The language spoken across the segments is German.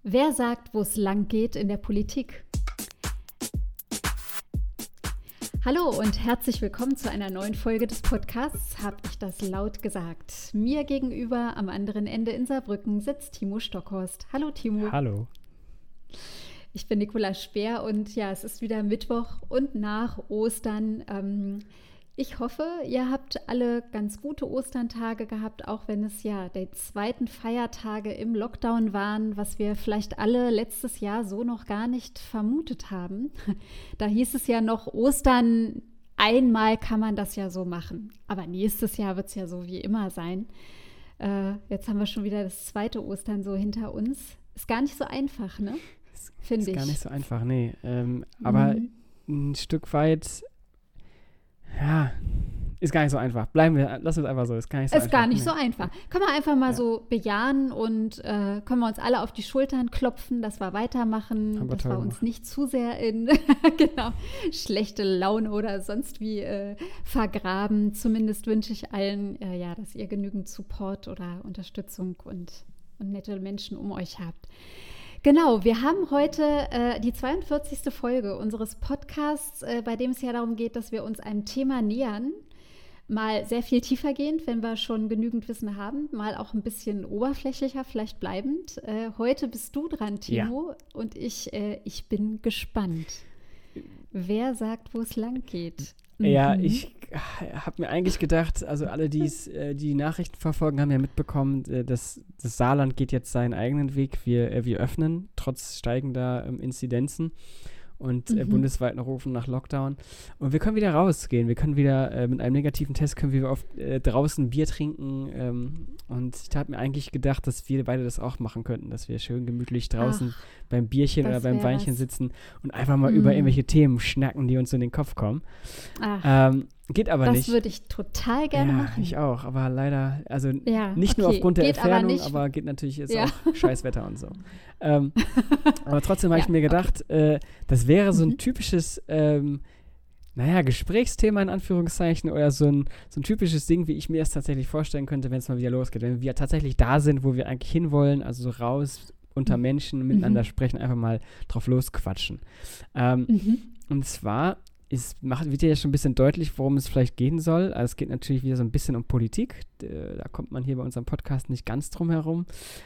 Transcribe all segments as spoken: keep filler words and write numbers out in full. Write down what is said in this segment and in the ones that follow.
Wer sagt, wo es lang geht in der Politik? Hallo und herzlich willkommen zu einer neuen Folge des Podcasts Hab ich das laut gesagt? Mir gegenüber am anderen Ende in Saarbrücken sitzt Timo Stockhorst. Hallo Timo. Hallo. Ich bin Nicola Speer und ja, es ist wieder Mittwoch und nach Ostern. Ähm, ich hoffe, ihr habt alle ganz gute Osterntage gehabt, auch wenn es ja die zweiten Feiertage im Lockdown waren, was wir vielleicht alle letztes Jahr so noch gar nicht vermutet haben. Da hieß es ja noch, Ostern, einmal kann man das ja so machen, aber nächstes Jahr wird es ja so wie immer sein. Äh, jetzt haben wir schon wieder das zweite Ostern so hinter uns. Ist gar nicht so einfach, ne? Finde ich. Ist gar nicht so einfach, nee. Ähm, aber mhm. ein Stück weit, ja, ist gar nicht so einfach. Bleiben wir, lass uns einfach so, ist gar nicht so ist einfach. Ist gar nicht nee. so einfach. Können wir einfach mal ja. so bejahen und äh, können wir uns alle auf die Schultern klopfen, dass wir weitermachen, aber dass wir gemacht. uns nicht zu sehr in genau, schlechte Laune oder sonst wie äh, vergraben. Zumindest wünsche ich allen, äh, ja, dass ihr genügend Support oder Unterstützung und, und nette Menschen um euch habt. Genau, wir haben heute äh, die zweiundvierzigste Folge unseres Podcasts, äh, bei dem es ja darum geht, dass wir uns einem Thema nähern, mal sehr viel tiefergehend, wenn wir schon genügend Wissen haben, mal auch ein bisschen oberflächlicher, vielleicht bleibend. Äh, heute bist du dran, Timo, ja. und ich, äh, ich bin gespannt. Wer sagt, wo es lang geht? Ja, mhm. ich habe mir eigentlich gedacht, also alle, die's, äh, die Nachrichten verfolgen, haben ja mitbekommen, äh, dass das Saarland geht jetzt seinen eigenen Weg. Wir, äh, wir öffnen, trotz steigender ähm, Inzidenzen und äh, mhm. bundesweit noch rufen nach Lockdown. Und wir können wieder rausgehen. Wir können wieder äh, mit einem negativen Test können wir auf, äh, draußen Bier trinken. Ähm, und ich habe mir eigentlich gedacht, dass wir beide das auch machen könnten, dass wir schön gemütlich draußen Ach, beim Bierchen oder beim Weinchen was. sitzen und einfach mal mm. über irgendwelche Themen schnacken, die uns in den Kopf kommen. Ähm, geht aber das nicht. Das würde ich total gerne ja, machen. Ich auch, aber leider, also ja, nicht okay. nur aufgrund der geht Entfernung, aber, aber geht natürlich jetzt ja. auch scheiß Wetter und so. ähm, aber trotzdem habe ja, ich mir gedacht, okay. äh, das wäre so ein mhm. typisches ähm, naja, Gesprächsthema in Anführungszeichen oder so ein, so ein typisches Ding, wie ich mir es tatsächlich vorstellen könnte, wenn es mal wieder losgeht. Wenn wir tatsächlich da sind, wo wir eigentlich hinwollen, also so raus unter Menschen, miteinander mhm. sprechen, einfach mal drauf losquatschen. Ähm, mhm. Und zwar ist, macht, wird ja schon ein bisschen deutlich, worum es vielleicht gehen soll. Also es geht natürlich wieder so ein bisschen um Politik. Da kommt man hier bei unserem Podcast nicht ganz drum herum.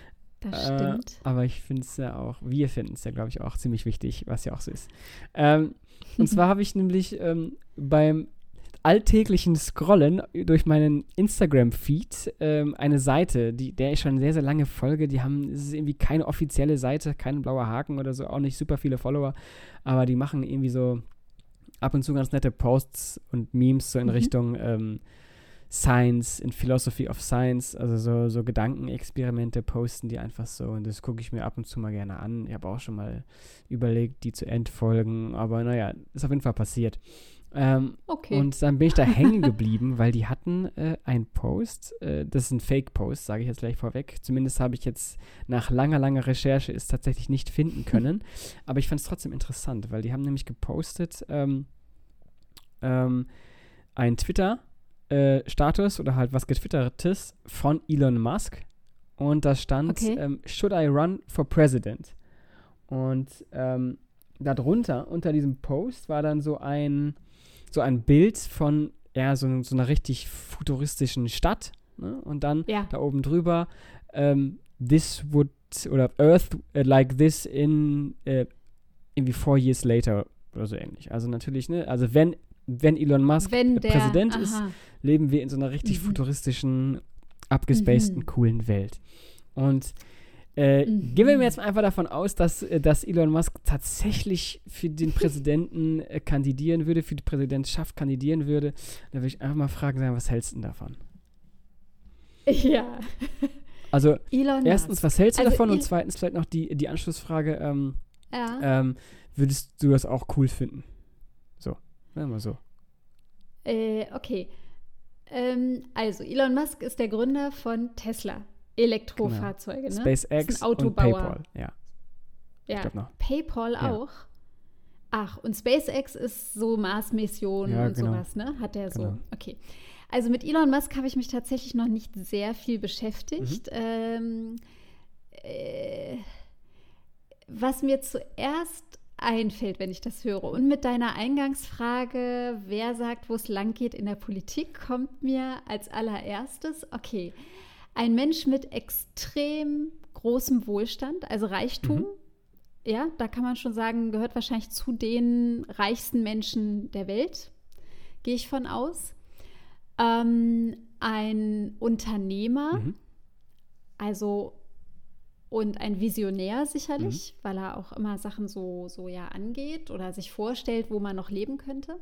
Das stimmt. Äh, aber ich finde es ja auch, wir finden es ja, glaube ich, auch ziemlich wichtig, was ja auch so ist. Ähm, und zwar habe ich nämlich ähm, beim alltäglichen Scrollen durch meinen Instagram-Feed ähm, eine Seite, die, der ich schon sehr, sehr lange folge. Die haben, es ist irgendwie keine offizielle Seite, kein blauer Haken oder so, auch nicht super viele Follower, aber die machen irgendwie so ab und zu ganz nette Posts und Memes so in mhm. Richtung ähm, Science, in Philosophy of Science, also so, so Gedankenexperimente posten die einfach so und das gucke ich mir ab und zu mal gerne an. Ich habe auch schon mal überlegt, die zu entfolgen, aber naja, ist auf jeden Fall passiert. Ähm, okay. Und dann bin ich da hängen geblieben, weil die hatten äh, einen Post, äh, das ist ein Fake-Post, sage ich jetzt gleich vorweg. Zumindest habe ich jetzt nach langer, langer Recherche es tatsächlich nicht finden können, aber ich fand es trotzdem interessant, weil die haben nämlich gepostet ähm, ähm, ein Twitter Äh, Status oder halt was getwittertes von Elon Musk und da stand, okay. ähm, Should I run for president? Und ähm, darunter, unter diesem Post, war dann so ein so ein Bild von ja, so, so einer richtig futuristischen Stadt, ne? Und dann ja. da oben drüber ähm, This would, oder Earth uh, like this in äh, irgendwie four years later oder so ähnlich. Also natürlich, ne, also wenn Wenn Elon Musk Wenn der, Präsident aha. ist, leben wir in so einer richtig mhm. futuristischen, abgespaceden, mhm. coolen Welt. Und äh, mhm. gehen wir jetzt mal einfach davon aus, dass, dass Elon Musk tatsächlich für den Präsidenten äh, kandidieren würde, für die Präsidentschaft kandidieren würde. Dann würde ich einfach mal fragen, sagen, was hältst du denn davon? Ja. Also, Elon erstens, Musk. was hältst du also davon? Il- Und zweitens vielleicht noch die, die Anschlussfrage, ähm, ja. ähm, würdest du das auch cool finden? So, sagen wir so. Äh, okay. Ähm, also, Elon Musk ist der Gründer von Tesla. Elektrofahrzeuge, genau. ne? SpaceX ist ein Autobauer. und PayPal, ja. Ja, Ich glaub noch. PayPal Ja. auch. Ach, und SpaceX ist so Mars-Missionen Ja, und genau. sowas, ne? Hat der so. Genau. Okay. Also mit Elon Musk habe ich mich tatsächlich noch nicht sehr viel beschäftigt. Mhm. Ähm, äh, was mir zuerst einfällt, wenn ich das höre, und mit deiner Eingangsfrage, wer sagt, wo es lang geht in der Politik, kommt mir als allererstes, okay, ein Mensch mit extrem großem Wohlstand, also Reichtum, mhm. ja, da kann man schon sagen, gehört wahrscheinlich zu den reichsten Menschen der Welt, gehe ich von aus. Ähm, ein Unternehmer, mhm. also und ein Visionär sicherlich, mhm. weil er auch immer Sachen so, so ja angeht oder sich vorstellt, wo man noch leben könnte.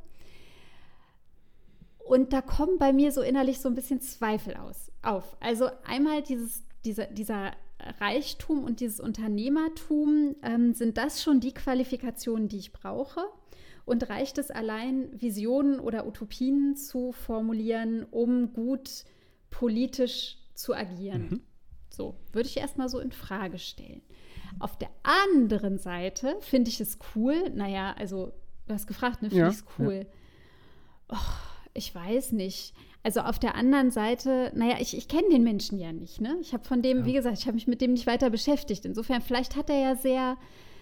Und da kommen bei mir so innerlich so ein bisschen Zweifel aus, auf. Also einmal dieses, dieser, dieser Reichtum und dieses Unternehmertum, ähm, sind das schon die Qualifikationen, die ich brauche? Und reicht es allein, Visionen oder Utopien zu formulieren, um gut politisch zu agieren? Mhm. So, würde ich erstmal so in Frage stellen. Auf der anderen Seite finde ich es cool, naja, also du hast gefragt, ne, finde ja, ich es cool. Ja. Oh, ich weiß nicht. Also auf der anderen Seite, naja, ich, ich kenne den Menschen ja nicht, ne? Ich habe von dem, ja. wie gesagt, ich habe mich mit dem nicht weiter beschäftigt. Insofern, vielleicht hat er ja sehr,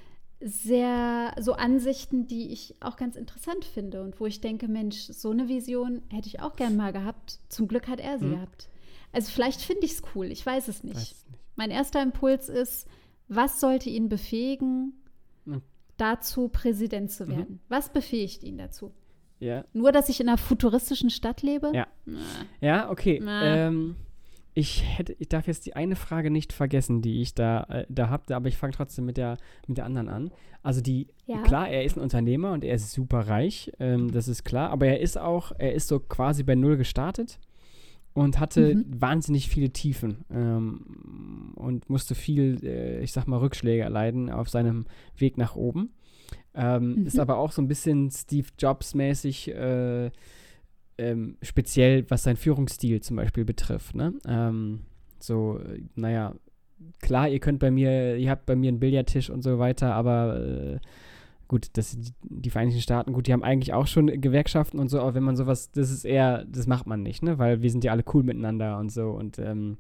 sehr so Ansichten, die ich auch ganz interessant finde und wo ich denke, Mensch, so eine Vision hätte ich auch gern mal gehabt. Zum Glück hat er sie mhm. gehabt. Also vielleicht finde ich es cool, ich weiß es nicht. Weiß nicht. Mein erster Impuls ist, was sollte ihn befähigen, mhm. dazu Präsident zu werden? Mhm. Was befähigt ihn dazu? Ja. Nur, dass ich in einer futuristischen Stadt lebe? Ja, ja okay. Ähm, ich, hätte, ich darf jetzt die eine Frage nicht vergessen, die ich da, äh, da habe, aber ich fange trotzdem mit der, mit der anderen an. Also die, ja. klar, er ist ein Unternehmer und er ist super reich, ähm, das ist klar, aber er ist auch, er ist so quasi bei Null gestartet. Und hatte mhm. wahnsinnig viele Tiefen ähm, und musste viel, äh, ich sag mal, Rückschläge erleiden auf seinem Weg nach oben. Ähm, mhm. Ist aber auch so ein bisschen Steve Jobs-mäßig äh, ähm, speziell, was seinen Führungsstil zum Beispiel betrifft. Ne? Ähm, so, naja, klar, ihr könnt bei mir, ihr habt bei mir einen Billardtisch und so weiter, aber äh, gut, das, die Vereinigten Staaten, gut, die haben eigentlich auch schon Gewerkschaften und so, aber wenn man sowas, das ist eher, das macht man nicht, ne, weil wir sind ja alle cool miteinander und so und ähm,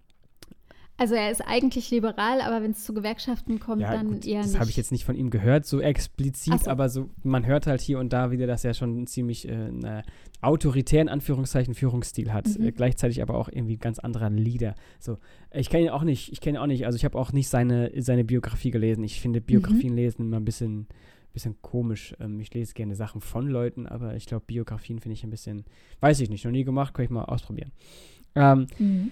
also er ist eigentlich liberal, aber wenn es zu Gewerkschaften kommt, ja, dann gut, eher das nicht. Das habe ich jetzt nicht von ihm gehört, so explizit, so. Aber so, man hört halt hier und da wieder, dass er schon einen ziemlich äh, eine autoritären Anführungszeichen Führungsstil hat, mhm. äh, gleichzeitig aber auch irgendwie ganz anderer Leader. So, ich kenne ihn auch nicht, ich kenne ihn auch nicht, also ich habe auch nicht seine, seine Biografie gelesen. Ich finde Biografien mhm. lesen immer ein bisschen bisschen komisch. Ähm, ich lese gerne Sachen von Leuten, aber ich glaube, Biografien finde ich ein bisschen, weiß ich nicht, noch nie gemacht, kann ich mal ausprobieren. Ähm, mhm.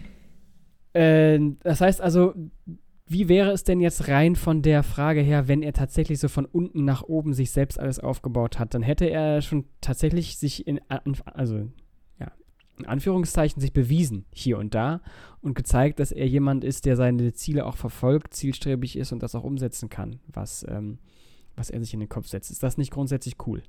äh, das heißt also, wie wäre es denn jetzt rein von der Frage her, wenn er tatsächlich so von unten nach oben sich selbst alles aufgebaut hat, dann hätte er schon tatsächlich sich in, also, ja, in Anführungszeichen sich bewiesen, hier und da, und gezeigt, dass er jemand ist, der seine Ziele auch verfolgt, zielstrebig ist und das auch umsetzen kann, was, ähm, was er sich in den Kopf setzt. Ist das nicht grundsätzlich cool?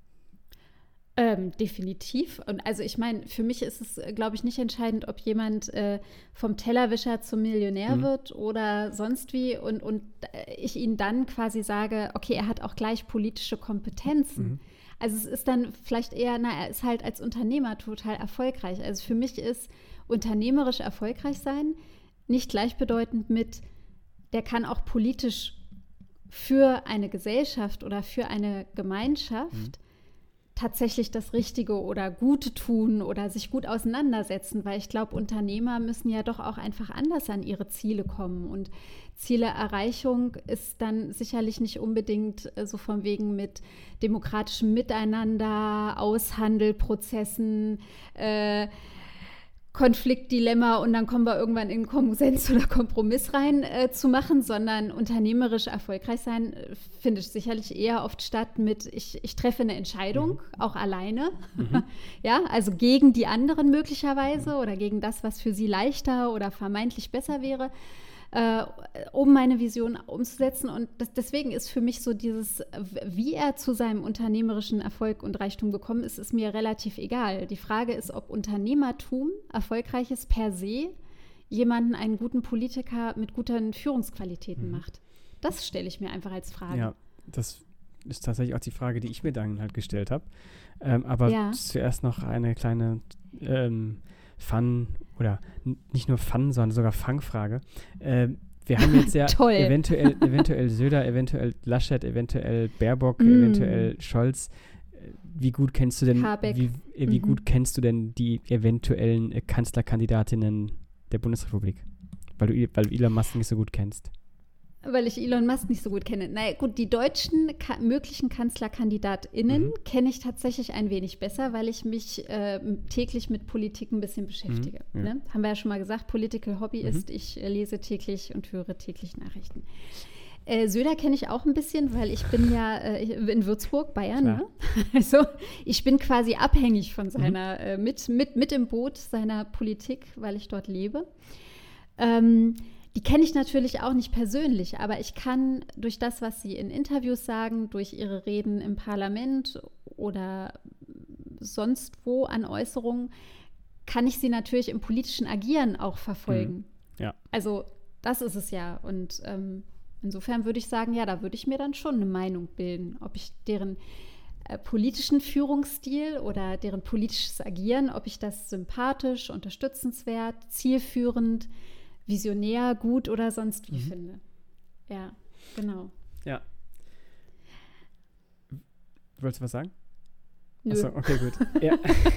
Ähm, definitiv. Und also ich meine, für mich ist es, glaube ich, nicht entscheidend, ob jemand äh, vom Tellerwischer zum Millionär mhm. wird oder sonst wie und, und ich ihn dann quasi sage, okay, er hat auch gleich politische Kompetenzen. Mhm. Also es ist dann vielleicht eher, na, er ist halt als Unternehmer total erfolgreich. Also für mich ist unternehmerisch erfolgreich sein nicht gleichbedeutend mit, der kann auch politisch für eine Gesellschaft oder für eine Gemeinschaft mhm. tatsächlich das Richtige oder Gute tun oder sich gut auseinandersetzen, weil ich glaube, Unternehmer müssen ja doch auch einfach anders an ihre Ziele kommen und Zielerreichung ist dann sicherlich nicht unbedingt so von wegen mit demokratischem Miteinander, Aushandelprozessen, äh, Konfliktdilemma und dann kommen wir irgendwann in Konsens oder Kompromiss rein äh, zu machen, sondern unternehmerisch erfolgreich sein äh, findet sicherlich eher oft statt mit, ich, ich treffe eine Entscheidung, mhm. auch alleine, mhm. ja, also gegen die anderen möglicherweise oder gegen das, was für sie leichter oder vermeintlich besser wäre, äh, um meine Vision umzusetzen. Und das, deswegen ist für mich so dieses, wie er zu seinem unternehmerischen Erfolg und Reichtum gekommen ist, ist mir relativ egal. Die Frage ist, ob Unternehmertum erfolgreich ist per se, jemanden einen guten Politiker mit guten Führungsqualitäten mhm. macht. Das stelle ich mir einfach als Frage. Ja, das ist tatsächlich auch die Frage, die ich mir dann halt gestellt habe. Ähm, aber ja. zuerst noch eine kleine ähm, Fun- oder n- nicht nur Fun, sondern sogar Fangfrage. Ähm, wir haben jetzt ja Toll. eventuell, eventuell Söder, eventuell Laschet, eventuell Baerbock, Mm. eventuell Scholz. Wie gut kennst du denn, Habeck. wie, äh, wie Mhm. gut kennst du denn die eventuellen äh, Kanzlerkandidatinnen der Bundesrepublik? Weil du, weil du Elon Musk nicht so gut kennst. Weil ich Elon Musk nicht so gut kenne. Na gut, die deutschen ka- möglichen KanzlerkandidatInnen Mhm. kenne ich tatsächlich ein wenig besser, weil ich mich äh, täglich mit Politik ein bisschen beschäftige. Mhm, ja. Ne? Haben wir ja schon mal gesagt, Political Hobby Mhm. ist, ich äh, lese täglich und höre täglich Nachrichten. Äh, Söder kenne ich auch ein bisschen, weil ich bin ja äh, in Würzburg, Bayern. Klar. Ne? Also ich bin quasi abhängig von seiner, äh, mit, mit, mit im Boot seiner Politik, weil ich dort lebe. Ähm, Die kenne ich natürlich auch nicht persönlich, aber ich kann durch das, was sie in Interviews sagen, durch ihre Reden im Parlament oder sonst wo an Äußerungen, kann ich sie natürlich im politischen Agieren auch verfolgen. Mhm. Ja. Also das ist es ja. Und ähm, insofern würde ich sagen, ja, da würde ich mir dann schon eine Meinung bilden, ob ich deren äh, politischen Führungsstil oder deren politisches Agieren, ob ich das sympathisch, unterstützenswert, zielführend, visionär, gut oder sonst wie Mhm. finde. Ja, genau. Ja. Wolltest du was sagen? Nö. Achso, okay, gut. Ja.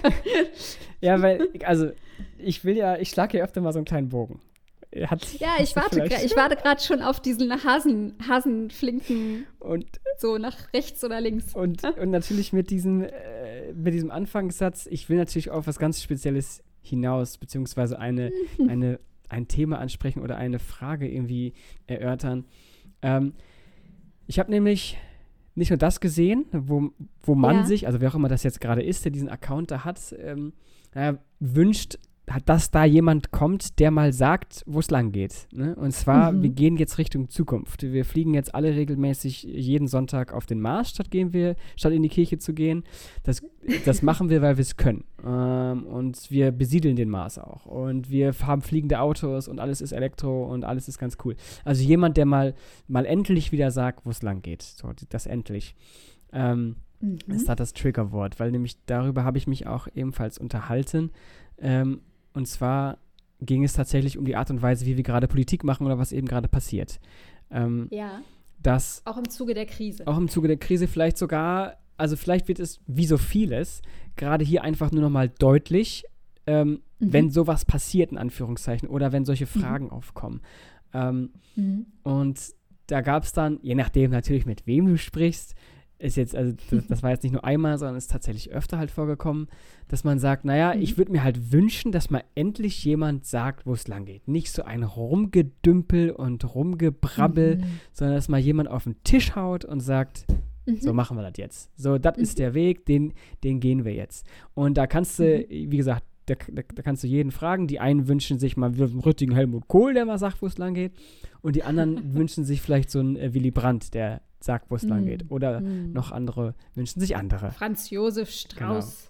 Ja, weil, also, ich will ja, ich schlage ja öfter mal so einen kleinen Bogen. Hat, Ja, ich warte, vielleicht- gra- ich warte gerade schon auf diesen Hasen, Hasenflinken, Und, so nach rechts oder links. und, und natürlich mit diesem, äh, mit diesem Anfangssatz, ich will natürlich auf was ganz Spezielles hinaus, beziehungsweise eine, eine, ein Thema ansprechen oder eine Frage irgendwie erörtern. Ähm, ich habe nämlich nicht nur das gesehen, wo, wo man Ja. sich, also wer auch immer das jetzt gerade ist, der diesen Account da hat, ähm, naja, wünscht, dass da jemand kommt, der mal sagt, wo es lang geht. Ne? Und zwar, Mhm. wir gehen jetzt Richtung Zukunft. Wir fliegen jetzt alle regelmäßig jeden Sonntag auf den Mars, statt, gehen wir, statt in die Kirche zu gehen. Das, das machen wir, weil wir es können. Ähm, und wir besiedeln den Mars auch. Und wir haben fliegende Autos und alles ist Elektro und alles ist ganz cool. Also jemand, der mal, mal endlich wieder sagt, wo es lang geht. So, das endlich. Ähm, Mhm. ist da das Triggerwort, weil nämlich darüber habe ich mich auch ebenfalls unterhalten. Ähm, und zwar ging es tatsächlich um die Art und Weise, wie wir gerade Politik machen oder was eben gerade passiert. Ähm, Ja, dass auch im Zuge der Krise. auch im Zuge der Krise vielleicht sogar, also vielleicht wird es wie so vieles, gerade hier einfach nur nochmal deutlich, ähm, Mhm. wenn sowas passiert, in Anführungszeichen, oder wenn solche Fragen aufkommen. Ähm, Mhm. und da gab es dann, je nachdem natürlich, mit wem du sprichst, ist jetzt, also das, das war jetzt nicht nur einmal, sondern ist tatsächlich öfter halt vorgekommen, dass man sagt, naja, Mhm. ich würde mir halt wünschen, dass mal endlich jemand sagt, wo es lang geht. Nicht so ein Rumgedümpel und Rumgebrabbel, Mhm. sondern dass mal jemand auf den Tisch haut und sagt, Mhm. so machen wir das jetzt. So, das ist Mhm. der Weg, den, den gehen wir jetzt. Und da kannst du, Mhm. wie gesagt, da, da, da kannst du jeden fragen. Die einen wünschen sich mal einen richtigen Helmut Kohl, der mal sagt, wo es lang geht. Und die anderen wünschen sich vielleicht so einen äh, Willy Brandt, der sagt, wo es lang Mhm. geht. Oder Mhm. noch andere wünschen sich andere. Franz Josef Strauß.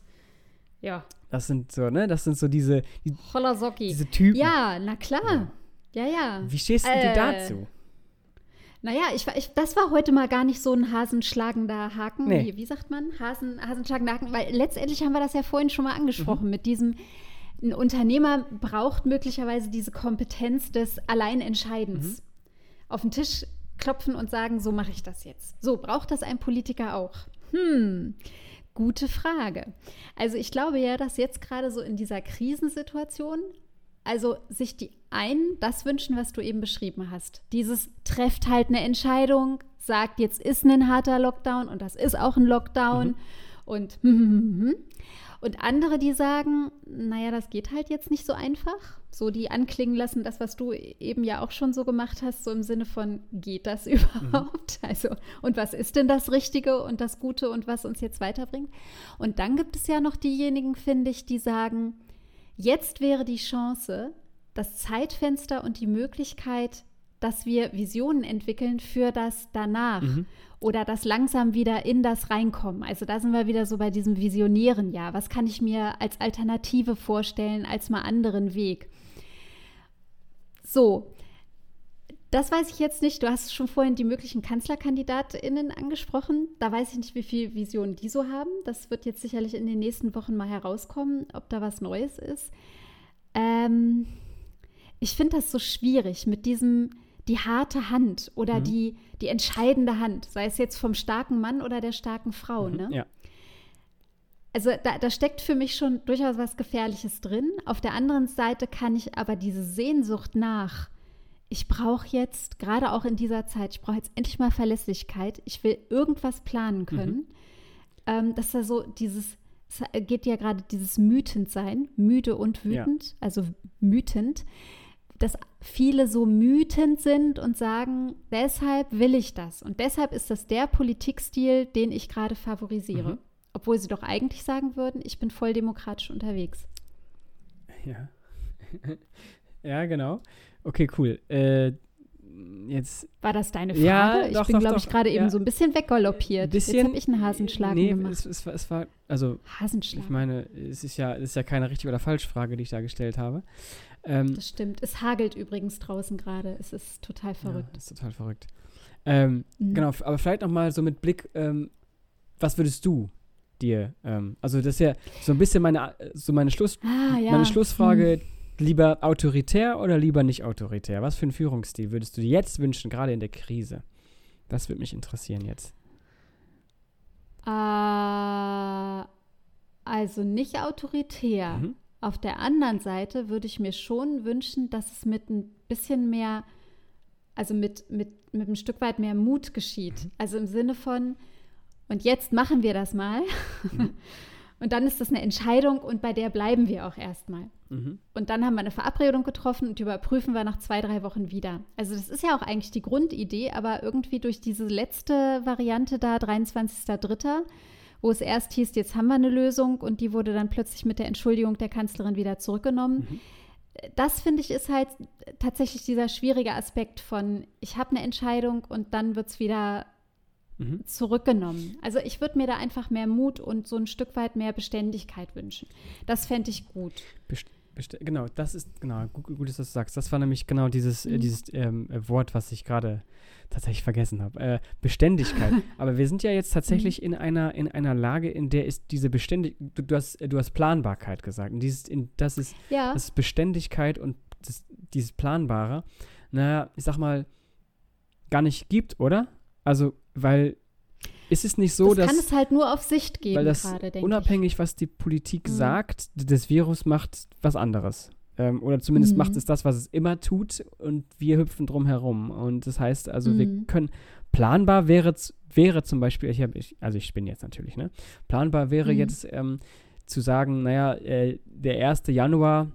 Ja, Das sind so, ne, das sind so diese, die, Holla Socki. diese Typen. Ja, na klar. Ja, ja. Wie stehst denn du Äh, dazu? Naja, ich, war- ich, das war heute mal gar nicht so ein hasenschlagender Haken. Nee. Wie, wie sagt man? Hasen, hasenschlagender Haken. Weil letztendlich haben wir das ja vorhin schon mal Mhm. angesprochen mit diesem, ein Unternehmer braucht möglicherweise diese Kompetenz des Alleinentscheidens. Mhm. Auf den Tisch klopfen und sagen, so mache ich das jetzt. So, braucht das ein Politiker auch? Hm, gute Frage. Also ich glaube ja, dass jetzt gerade so in dieser Krisensituation, also sich die einen das wünschen, was du eben beschrieben hast. Dieses trefft halt eine Entscheidung, sagt, jetzt ist ein harter Lockdown und das ist auch ein Lockdown Mhm. und hm, hm, hm, hm. Und andere, die sagen, naja, das geht halt jetzt nicht so einfach. So, die anklingen lassen, das, was du eben ja auch schon so gemacht hast, so im Sinne von, geht das überhaupt? Also, und was ist denn das Richtige und das Gute und was uns jetzt weiterbringt? Und dann gibt es ja noch diejenigen, finde ich, die sagen, jetzt wäre die Chance, das Zeitfenster und die Möglichkeit, dass wir Visionen entwickeln für das danach Mhm. oder das langsam wieder in das reinkommen. Also da sind wir wieder so bei diesem visionären Jahr. Was kann ich mir als Alternative vorstellen, als mal anderen Weg? So, das weiß ich jetzt nicht. Du hast schon vorhin die möglichen KanzlerkandidatInnen angesprochen. Da weiß ich nicht, wie viel Visionen die so haben. Das wird jetzt sicherlich in den nächsten Wochen mal herauskommen, ob da was Neues ist. Ähm, ich finde das so schwierig mit diesem die harte Hand oder Mhm. die, die entscheidende Hand, sei es jetzt vom starken Mann oder der starken Frau. Mhm. Ne? Ja. Also da, da steckt für mich schon durchaus was Gefährliches drin. Auf der anderen Seite kann ich aber diese Sehnsucht nach, ich brauche jetzt, gerade auch in dieser Zeit, ich brauche jetzt endlich mal Verlässlichkeit, ich will irgendwas planen können. Mhm. Ähm, dass da so dieses, es geht ja gerade dieses Mythendsein, müde und wütend, ja. also wütend, dass viele so wütend sind und sagen, deshalb will ich das. Und deshalb ist das der Politikstil, den ich gerade favorisiere. Mhm. Obwohl sie doch eigentlich sagen würden, ich bin voll demokratisch unterwegs. Ja. Ja, genau. Okay, cool. Äh, jetzt War das deine Frage? Ja, ich doch, bin, glaube doch, ich, gerade ja. eben so ein bisschen weggaloppiert. Bisschen, Jetzt habe ich einen Hasenschlag nee, gemacht. Es, es, war, es war, also, Hasenschlag. Ich meine, es ist ja, es ist ja keine richtige oder falsche Frage, die ich da gestellt habe. Ähm, das stimmt. Es hagelt übrigens draußen gerade. Es ist total verrückt. Ja, ist total verrückt. Ähm, mhm. Genau, aber vielleicht nochmal so mit Blick, ähm, was würdest du dir, ähm, also das ist ja so ein bisschen meine, so meine, Schluss, ah, ja. meine Schlussfrage, hm. lieber autoritär oder lieber nicht autoritär? Was für einen Führungsstil würdest du dir jetzt wünschen, gerade in der Krise? Das würde mich interessieren jetzt. Äh, also nicht autoritär. Mhm. Auf der anderen Seite würde ich mir schon wünschen, dass es mit ein bisschen mehr, also mit, mit, mit ein Stück weit mehr Mut geschieht. Mhm. Also im Sinne von, und jetzt machen wir das mal. Mhm. Und dann ist das eine Entscheidung und bei der bleiben wir auch erstmal. Mhm. Und dann haben wir eine Verabredung getroffen und die überprüfen wir nach zwei, drei Wochen wieder. Also das ist ja auch eigentlich die Grundidee, aber irgendwie durch diese letzte Variante da, dreiundzwanzigster dritter, wo es erst hieß, jetzt haben wir eine Lösung und die wurde dann plötzlich mit der Entschuldigung der Kanzlerin wieder zurückgenommen. Mhm. Das, finde ich, ist halt tatsächlich dieser schwierige Aspekt von, ich habe eine Entscheidung und dann wird es wieder mhm. zurückgenommen. Also ich würde mir da einfach mehr Mut und so ein Stück weit mehr Beständigkeit wünschen. Das fände ich gut. Best- best- genau, das ist, genau, gut, gut, dass du das sagst. Das war nämlich genau dieses, mhm. äh, dieses ähm, Wort, was ich gerade tatsächlich vergessen habe. Äh, Beständigkeit. Aber wir sind ja jetzt tatsächlich mhm. in einer, in einer Lage, in der ist diese Beständigkeit, du, du, hast, du hast Planbarkeit gesagt. Und dieses, in, das, ist, ja. das ist Beständigkeit und das, dieses Planbare, naja, ich sag mal, gar nicht gibt, oder? Also, weil ist es nicht so, das dass... kann es halt nur auf Sicht geben weil das gerade, denke unabhängig, ich. was die Politik mhm. sagt, das Virus macht was anderes. Ähm, oder zumindest mhm. macht es das, was es immer tut und wir hüpfen drum herum. Und das heißt also, mhm. wir können... Planbar wäre, wäre zum Beispiel, ich hab, ich, also ich spinne jetzt natürlich, ne? Planbar wäre mhm. jetzt ähm, zu sagen, naja, äh, der erste Januar,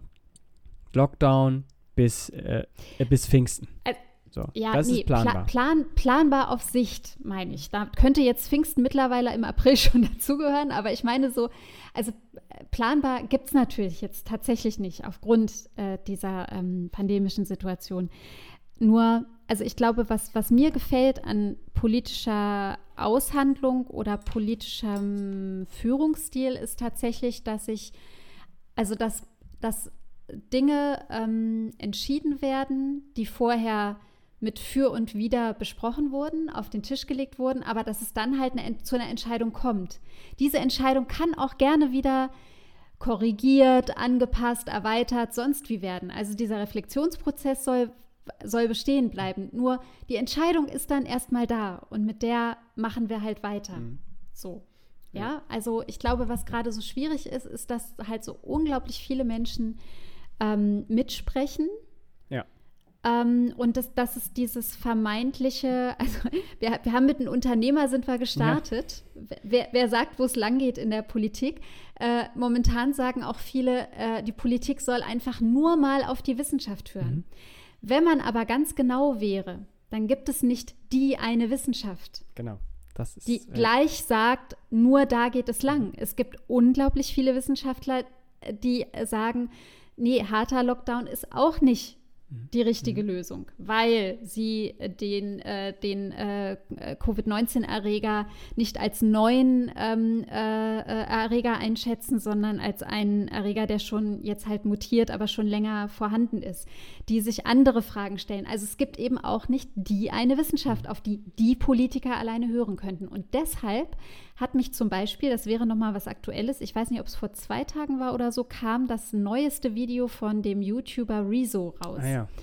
Lockdown bis, äh, bis Pfingsten. Ä- So, ja, das nee, ist planbar. Pla- plan, planbar auf Sicht, meine ich. Da könnte jetzt Pfingsten mittlerweile im April schon dazugehören, aber ich meine so, also planbar gibt es natürlich jetzt tatsächlich nicht aufgrund äh, dieser ähm, pandemischen Situation. Nur, also ich glaube, was, was mir gefällt an politischer Aushandlung oder politischem Führungsstil ist tatsächlich, dass ich, also dass, dass Dinge ähm, entschieden werden, die vorher mit Für und Wider besprochen wurden, auf den Tisch gelegt wurden, aber dass es dann halt eine, zu einer Entscheidung kommt. Diese Entscheidung kann auch gerne wieder korrigiert, angepasst, erweitert, sonst wie werden. Also dieser Reflexionsprozess soll, soll bestehen bleiben. Nur die Entscheidung ist dann erstmal da und mit der machen wir halt weiter. Mhm. So. Ja, also ich glaube, was gerade so schwierig ist, ist, dass halt so unglaublich viele Menschen ähm, mitsprechen. Ja. Ähm, und das, das ist dieses vermeintliche, also wir, wir haben mit einem Unternehmer sind wir gestartet. Ja. Wer, wer sagt, wo es lang geht in der Politik? Äh, momentan sagen auch viele, äh, die Politik soll einfach nur mal auf die Wissenschaft hören. Mhm. Wenn man aber ganz genau wäre, dann gibt es nicht die eine Wissenschaft. Genau. Das ist, die äh, gleich sagt, nur da geht es lang. Es gibt unglaublich viele Wissenschaftler, die sagen, nee, harter Lockdown ist auch nicht die richtige mhm. Lösung, weil sie den, äh, den äh, Covid neunzehn Erreger nicht als neuen ähm, äh, Erreger einschätzen, sondern als einen Erreger, der schon jetzt halt mutiert, aber schon länger vorhanden ist, die sich andere Fragen stellen. Also es gibt eben auch nicht die eine Wissenschaft, auf die die Politiker alleine hören könnten. Und deshalb hat mich zum Beispiel, das wäre nochmal was Aktuelles, ich weiß nicht, ob es vor zwei Tagen war oder so, kam das neueste Video von dem YouTuber Rezo raus. Ah, ja.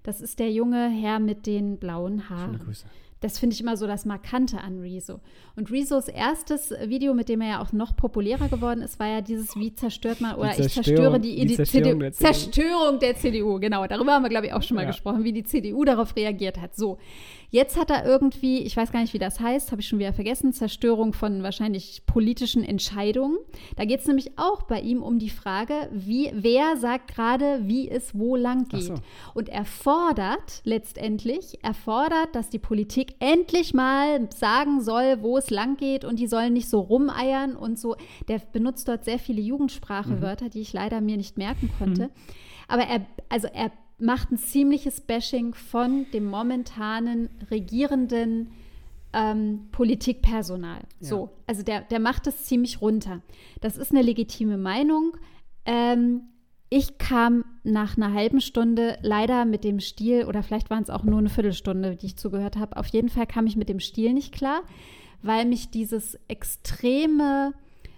Das ist der junge Herr mit den blauen Haaren. Schöne Grüße. Das finde ich immer so das Markante an Rezo. Und Rezos erstes Video, mit dem er ja auch noch populärer geworden ist, war ja dieses, wie zerstört man, oder ich zerstöre die, die die Zerstörung, C D U, der C D U. Zerstörung der C D U. Genau, darüber haben wir, glaube ich, auch schon mal ja. gesprochen, wie die C D U darauf reagiert hat. So, jetzt hat er irgendwie, ich weiß gar nicht, wie das heißt, habe ich schon wieder vergessen, Zerstörung von wahrscheinlich politischen Entscheidungen. Da geht es nämlich auch bei ihm um die Frage, wie, wer sagt gerade, wie es wo lang geht. Ach so. Und er fordert letztendlich, er fordert, dass die Politik endlich mal sagen soll, wo es lang geht und die sollen nicht so rumeiern und so. Der benutzt dort sehr viele Jugendsprachewörter, mhm. die ich leider mir nicht merken konnte. Mhm. Aber er, also er macht ein ziemliches Bashing von dem momentanen regierenden ähm, Politikpersonal. Ja. So, also der, der macht es ziemlich runter. Das ist eine legitime Meinung. Ähm, Ich kam nach einer halben Stunde leider mit dem Stil, oder vielleicht waren es auch nur eine Viertelstunde, die ich zugehört habe. Auf jeden Fall kam ich mit dem Stil nicht klar, weil mich dieses extreme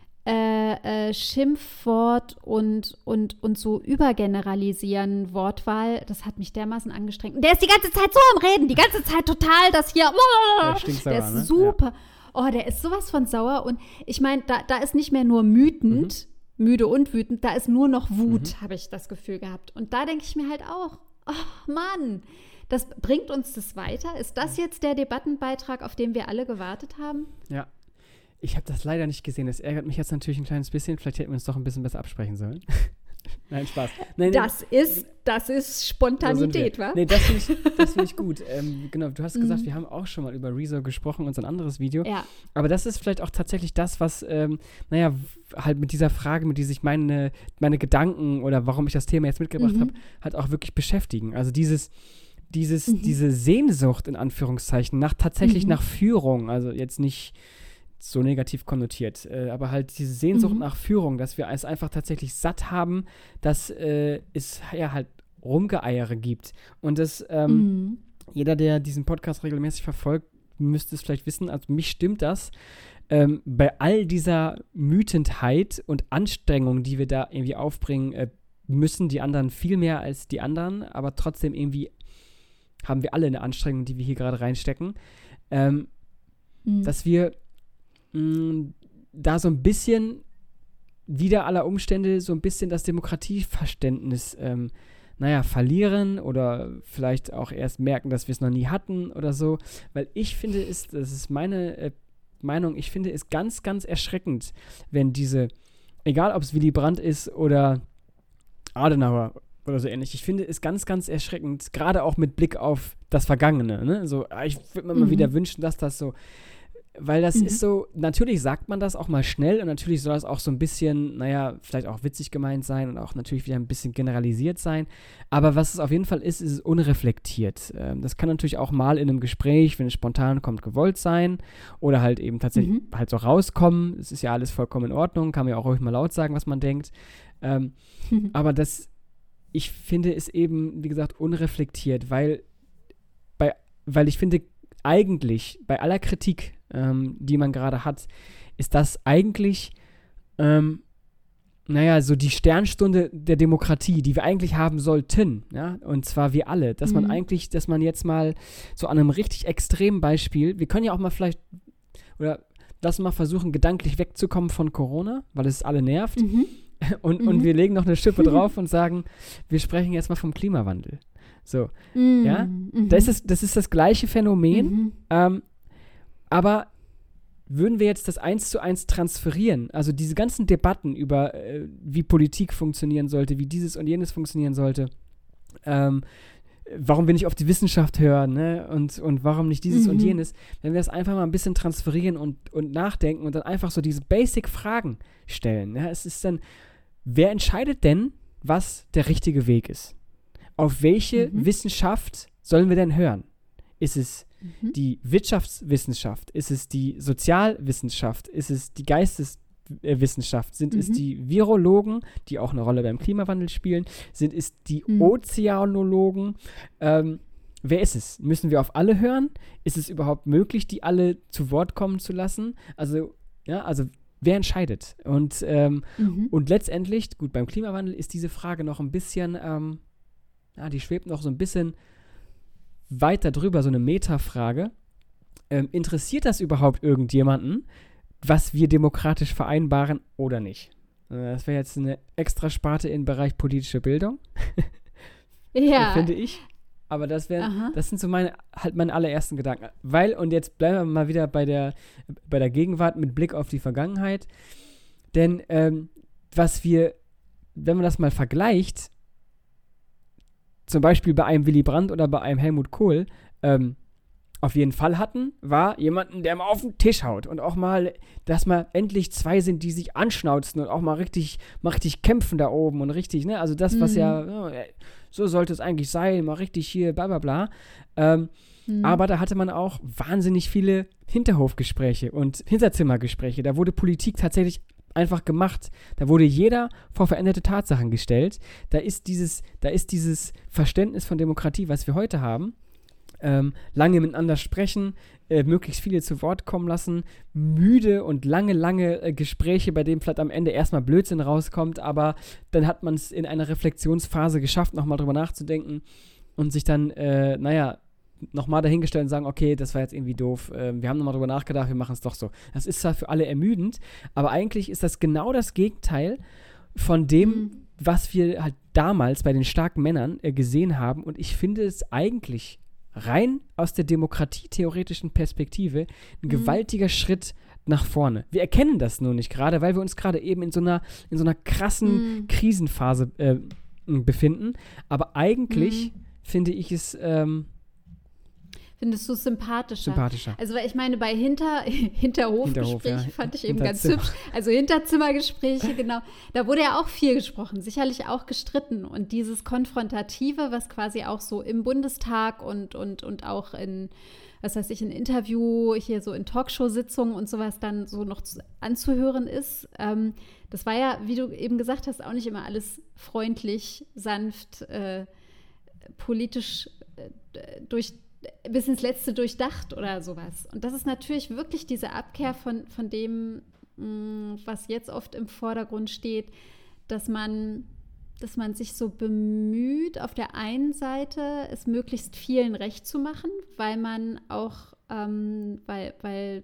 äh, äh, Schimpfwort und, und, und so übergeneralisieren Wortwahl, das hat mich dermaßen angestrengt. Und der ist die ganze Zeit so am Reden, die ganze Zeit total das hier. Der stinksauer, der ist ne? super. Ja. Oh, der ist sowas von sauer. Und ich meine, da, da ist nicht mehr nur wütend, mhm. müde und wütend, da ist nur noch Wut, mhm. habe ich das Gefühl gehabt. Und da denke ich mir halt auch, oh Mann, das bringt uns das weiter? Ist das jetzt der Debattenbeitrag, auf den wir alle gewartet haben? Ja, ich habe das leider nicht gesehen. Das ärgert mich jetzt natürlich ein kleines bisschen. Vielleicht hätten wir uns doch ein bisschen besser absprechen sollen. Nein, Spaß. Nein, das, nee, ist, das ist Spontanität, wa? Nee, das finde ich, das find ich gut. Ähm, genau, du hast gesagt, mhm. wir haben auch schon mal über Rezo gesprochen, unser anderes Video. Ja. Aber das ist vielleicht auch tatsächlich das, was, ähm, naja, halt mit dieser Frage, mit der sich meine, meine Gedanken oder warum ich das Thema jetzt mitgebracht mhm. habe, halt auch wirklich beschäftigen. Also dieses, dieses, mhm. diese Sehnsucht, in Anführungszeichen, nach tatsächlich mhm. nach Führung, also jetzt nicht so negativ konnotiert, äh, aber halt diese Sehnsucht mhm. nach Führung, dass wir es einfach tatsächlich satt haben, dass äh, es ja halt Rumgeeiere gibt. Und das, ähm, mhm. jeder, der diesen Podcast regelmäßig verfolgt, müsste es vielleicht wissen, also mich stimmt das, ähm, bei all dieser Wütendheit und Anstrengung, die wir da irgendwie aufbringen, äh, müssen die anderen viel mehr als die anderen, aber trotzdem irgendwie haben wir alle eine Anstrengung, die wir hier gerade reinstecken, ähm, mhm. dass wir da so ein bisschen wider aller Umstände so ein bisschen das Demokratieverständnis ähm, naja, verlieren oder vielleicht auch erst merken, dass wir es noch nie hatten oder so, weil ich finde, ist, das ist meine äh, Meinung, ich finde es ganz, ganz erschreckend, wenn diese, egal ob es Willy Brandt ist oder Adenauer oder so ähnlich, ich finde es ganz, ganz erschreckend, gerade auch mit Blick auf das Vergangene, ne? So, ich würde mir mhm. mal wieder wünschen, dass das so, weil das mhm. ist so, natürlich sagt man das auch mal schnell und natürlich soll das auch so ein bisschen, naja, vielleicht auch witzig gemeint sein und auch natürlich wieder ein bisschen generalisiert sein, aber was es auf jeden Fall ist, ist es unreflektiert. Ähm, das kann natürlich auch mal in einem Gespräch, wenn es spontan kommt, gewollt sein oder halt eben tatsächlich mhm. halt so rauskommen. Es ist ja alles vollkommen in Ordnung, kann man ja auch ruhig mal laut sagen, was man denkt. Ähm, mhm. Aber das, ich finde es eben, wie gesagt, unreflektiert, weil, bei, weil ich finde, eigentlich bei aller Kritik, ähm, die man gerade hat, ist das eigentlich, ähm, naja, so die Sternstunde der Demokratie, die wir eigentlich haben sollten, ja, und zwar wir alle, dass mhm. man eigentlich, dass man jetzt mal so an einem richtig extremen Beispiel, wir können ja auch mal vielleicht, oder lass mal versuchen, gedanklich wegzukommen von Corona, weil es alle nervt, mhm. und, mhm. und wir legen noch eine Schippe drauf und sagen, wir sprechen jetzt mal vom Klimawandel. So, mm, ja, mm-hmm. das, ist, das ist das gleiche Phänomen, mm-hmm. ähm, aber würden wir jetzt das eins zu eins transferieren, also diese ganzen Debatten über, äh, wie Politik funktionieren sollte, wie dieses und jenes funktionieren sollte, ähm, warum wir nicht auf die Wissenschaft hören, ne, und, und warum nicht dieses mm-hmm. und jenes, wenn wir das einfach mal ein bisschen transferieren und, und nachdenken und dann einfach so diese Basic-Fragen stellen, ja, es ist dann, wer entscheidet denn, was der richtige Weg ist? Auf welche mhm. Wissenschaft sollen wir denn hören? Ist es mhm. die Wirtschaftswissenschaft? Ist es die Sozialwissenschaft? Ist es die Geisteswissenschaft? Sind mhm. es die Virologen, die auch eine Rolle beim Klimawandel spielen? Sind es die mhm. Ozeanologen? Ähm, wer ist es? Müssen wir auf alle hören? Ist es überhaupt möglich, die alle zu Wort kommen zu lassen? Also, ja, also wer entscheidet? Und, ähm, mhm. und letztendlich, gut, beim Klimawandel ist diese Frage noch ein bisschen, ähm, ja, die schwebt noch so ein bisschen weiter drüber, so eine Metafrage, ähm, interessiert das überhaupt irgendjemanden, was wir demokratisch vereinbaren oder nicht? Äh, das wäre jetzt eine Extrasparte im Bereich politische Bildung, Ja. finde ich. Aber das wären, das sind so meine, halt meine allerersten Gedanken. Weil, und jetzt bleiben wir mal wieder bei der, bei der Gegenwart mit Blick auf die Vergangenheit. Denn ähm, was wir, wenn man das mal vergleicht, zum Beispiel bei einem Willy Brandt oder bei einem Helmut Kohl, ähm, auf jeden Fall hatten, war jemanden, der mal auf den Tisch haut und auch mal, dass mal endlich zwei sind, die sich anschnauzen und auch mal richtig, mal richtig kämpfen da oben und richtig, ne, also das, was Mhm. ja, ja, so sollte es eigentlich sein, mal richtig hier, bla bla bla. Ähm, Mhm. Aber da hatte man auch wahnsinnig viele Hinterhofgespräche und Hinterzimmergespräche. Da wurde Politik tatsächlich einfach gemacht. Da wurde jeder vor veränderte Tatsachen gestellt. Da ist dieses, da ist dieses Verständnis von Demokratie, was wir heute haben, ähm, lange miteinander sprechen, äh, möglichst viele zu Wort kommen lassen, müde und lange, lange äh, Gespräche, bei denen vielleicht am Ende erstmal Blödsinn rauskommt, aber dann hat man es in einer Reflexionsphase geschafft, nochmal drüber nachzudenken und sich dann, äh, naja, nochmal dahingestellt und sagen, okay, das war jetzt irgendwie doof, äh, wir haben nochmal drüber nachgedacht, wir machen es doch so. Das ist zwar für alle ermüdend, aber eigentlich ist das genau das Gegenteil von dem, Mhm. was wir halt damals bei den starken Männern äh, gesehen haben, und ich finde es eigentlich rein aus der demokratietheoretischen Perspektive ein Mhm. gewaltiger Schritt nach vorne. Wir erkennen das nur nicht gerade, weil wir uns gerade eben in so einer, in so einer krassen Mhm. Krisenphase äh, befinden, aber eigentlich Mhm. finde ich es ähm, Findest du es sympathischer? sympathischer. Also weil ich meine, bei Hinter Hinterhofgespräche Hinterhof, ja. fand ich eben ganz Hinterzimmer. hübsch. Also Hinterzimmergespräche, genau. Da wurde ja auch viel gesprochen, sicherlich auch gestritten. Und dieses Konfrontative, was quasi auch so im Bundestag und, und, und auch in, was weiß ich, in Interview, hier so in Talkshow-Sitzungen und sowas dann so noch zu, anzuhören ist, ähm, das war ja, wie du eben gesagt hast, auch nicht immer alles freundlich, sanft, äh, politisch äh, durch bis ins Letzte durchdacht oder sowas. Und das ist natürlich wirklich diese Abkehr von, von dem, mh, was jetzt oft im Vordergrund steht, dass man, dass man sich so bemüht, auf der einen Seite es möglichst vielen recht zu machen, weil man auch, ähm, weil, weil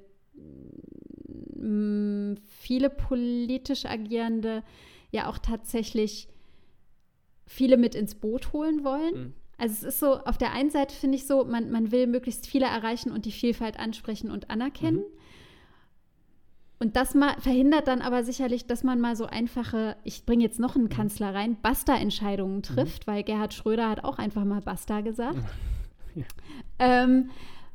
mh, viele politisch Agierende ja auch tatsächlich viele mit ins Boot holen wollen. Mhm. Also es ist so, auf der einen Seite finde ich so, man, man will möglichst viele erreichen und die Vielfalt ansprechen und anerkennen. Mhm. Und das mal, verhindert dann aber sicherlich, dass man mal so einfache, ich bringe jetzt noch einen Kanzler rein, Basta-Entscheidungen trifft, mhm. weil Gerhard Schröder hat auch einfach mal Basta gesagt. Ja. Ähm,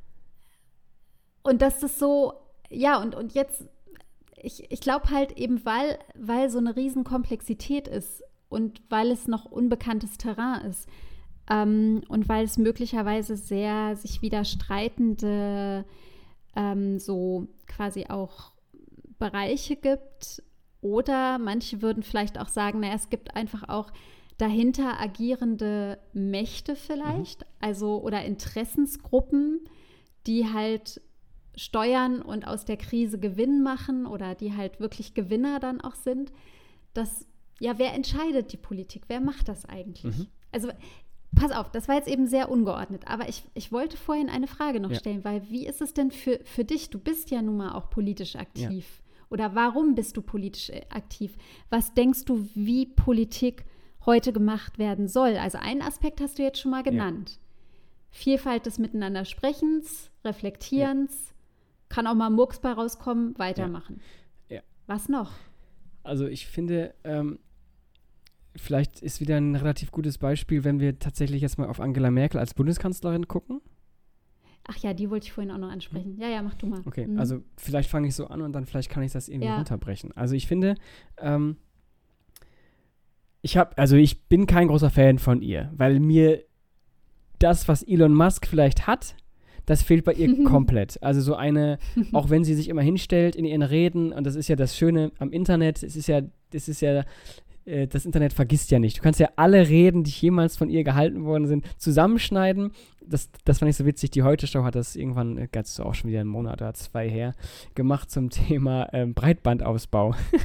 und das ist so, ja, und, und jetzt, ich, ich glaube halt eben, weil, weil so eine Riesenkomplexität ist und weil es noch unbekanntes Terrain ist, Ähm, und weil es möglicherweise sehr sich widerstreitende ähm, so quasi auch Bereiche gibt, oder manche würden vielleicht auch sagen, naja, es gibt einfach auch dahinter agierende Mächte vielleicht, mhm. also oder Interessensgruppen, die halt steuern und aus der Krise Gewinn machen oder die halt wirklich Gewinner dann auch sind. Das, ja, wer entscheidet die Politik? Wer macht das eigentlich? Mhm. Also pass auf, das war jetzt eben sehr ungeordnet, aber ich, ich wollte vorhin eine Frage noch ja. stellen, weil wie ist es denn für, für dich? Du bist ja nun mal auch politisch aktiv. Ja. Oder warum bist du politisch aktiv? Was denkst du, wie Politik heute gemacht werden soll? Also einen Aspekt hast du jetzt schon mal genannt. Ja. Vielfalt des Miteinander-Sprechens, Reflektierens, ja. kann auch mal Murks bei rauskommen, weitermachen. Ja. Ja. Was noch? Also ich finde, ähm, vielleicht ist wieder ein relativ gutes Beispiel, wenn wir tatsächlich jetzt mal auf Angela Merkel als Bundeskanzlerin gucken. Ach ja, die wollte ich vorhin auch noch ansprechen. Ja, ja, mach du mal. Okay, mhm. also vielleicht fange ich so an und dann vielleicht kann ich das irgendwie ja. runterbrechen. Also ich finde, ähm, ich habe, also ich bin kein großer Fan von ihr, weil mir das, was Elon Musk vielleicht hat, das fehlt bei ihr komplett. Also so eine, auch wenn sie sich immer hinstellt in ihren Reden, und das ist ja das Schöne am Internet, es ist ja, das ist ja das Internet vergisst ja nicht. Du kannst ja alle Reden, die jemals von ihr gehalten worden sind, zusammenschneiden. Das, das fand ich so witzig. Die Heute-Show hat das irgendwann, ganz so auch schon wieder einen Monat oder zwei her, gemacht zum Thema ähm, Breitbandausbau.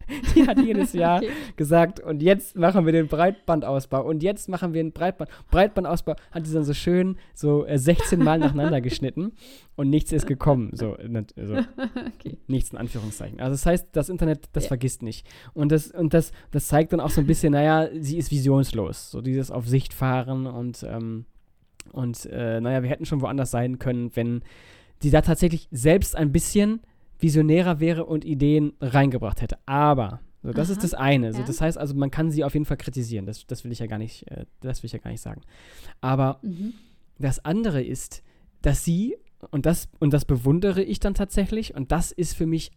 Die hat jedes Jahr Okay. gesagt, und jetzt machen wir den Breitbandausbau und jetzt machen wir den Breitband. Breitbandausbau hat die dann so schön so äh, sechzehn Mal nacheinander geschnitten und nichts ist gekommen. So, ne, so Okay. nichts in Anführungszeichen. Also das heißt, das Internet, das Ja. vergisst nicht. Und das, und das, das zeigt dann auch so ein bisschen, naja, sie ist visionslos. So dieses auf Sicht fahren und, ähm, und äh, naja, wir hätten schon woanders sein können, wenn sie da tatsächlich selbst ein bisschen visionärer wäre und Ideen reingebracht hätte. Aber, so, das Aha, ist das eine. So, ja. das heißt also, man kann sie auf jeden Fall kritisieren. Das, das will ich ja gar nicht, äh, das will ich ja gar nicht sagen. Aber Mhm. das andere ist, dass sie, und das, und das bewundere ich dann tatsächlich, und das ist für mich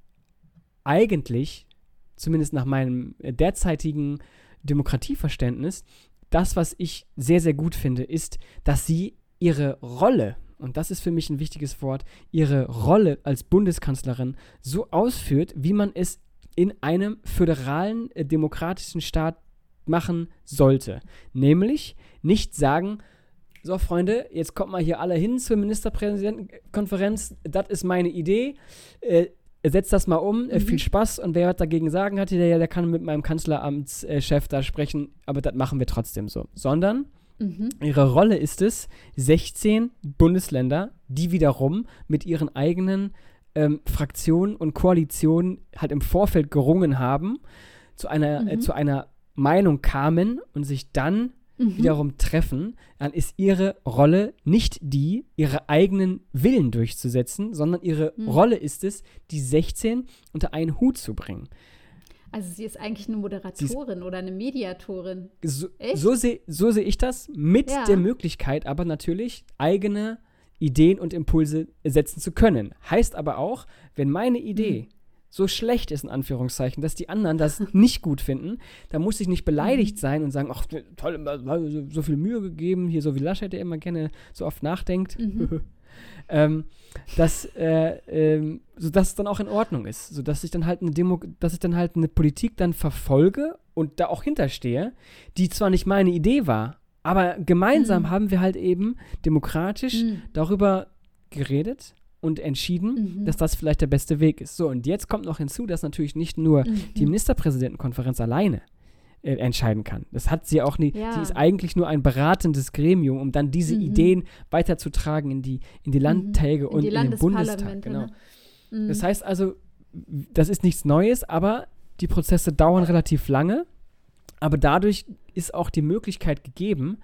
eigentlich, zumindest nach meinem äh, derzeitigen Demokratieverständnis, das, was ich sehr, sehr gut finde, ist, dass sie ihre Rolle, und das ist für mich ein wichtiges Wort, ihre Rolle als Bundeskanzlerin so ausführt, wie man es in einem föderalen, äh, demokratischen Staat machen sollte. Nämlich nicht sagen, so Freunde, jetzt kommt mal hier alle hin zur Ministerpräsidentenkonferenz, das ist meine Idee, äh, setzt das mal um, äh, Mhm. viel Spaß, und wer was dagegen sagen hat, der, der kann mit meinem Kanzleramtschef da sprechen, aber das machen wir trotzdem so. Sondern Mhm. ihre Rolle ist es, sechzehn Bundesländer, die wiederum mit ihren eigenen ähm, Fraktionen und Koalitionen halt im Vorfeld gerungen haben, zu einer, Mhm. äh, zu einer Meinung kamen und sich dann Mhm. wiederum treffen, dann ist ihre Rolle nicht die, ihre eigenen Willen durchzusetzen, sondern ihre Mhm. Rolle ist es, die sechzehn unter einen Hut zu bringen. Also sie ist eigentlich eine Moderatorin oder eine Mediatorin. So, Echt? so sehe so seh ich das, mit Ja. der Möglichkeit aber natürlich, eigene Ideen und Impulse setzen zu können. Heißt aber auch, wenn meine Idee Mhm. so schlecht ist, in Anführungszeichen, dass die anderen das nicht gut finden, dann muss ich nicht beleidigt Mhm. sein und sagen, ach, toll, so, so viel Mühe gegeben, hier so wie Laschet, der immer gerne so oft nachdenkt. Mhm. ähm, dass, äh, ähm, sodass es dann auch in Ordnung ist, sodass ich dann halt eine Demo, dass ich dann halt eine Politik dann verfolge und da auch hinterstehe, die zwar nicht meine Idee war, aber gemeinsam Mhm. haben wir halt eben demokratisch Mhm. darüber geredet und entschieden, Mhm. dass das vielleicht der beste Weg ist. So, und jetzt kommt noch hinzu, dass natürlich nicht nur die Mhm. Ministerpräsidentenkonferenz alleine äh, entscheiden kann. Das hat sie auch nie. Ja. Sie ist eigentlich nur ein beratendes Gremium, um dann diese Mhm. Ideen weiterzutragen in die, in die Landtäge In und die in den Bundestag. Landesparlamente, Genau. ne? Mhm. Das heißt also, das ist nichts Neues, aber die Prozesse dauern relativ lange. Aber dadurch ist auch die Möglichkeit gegeben,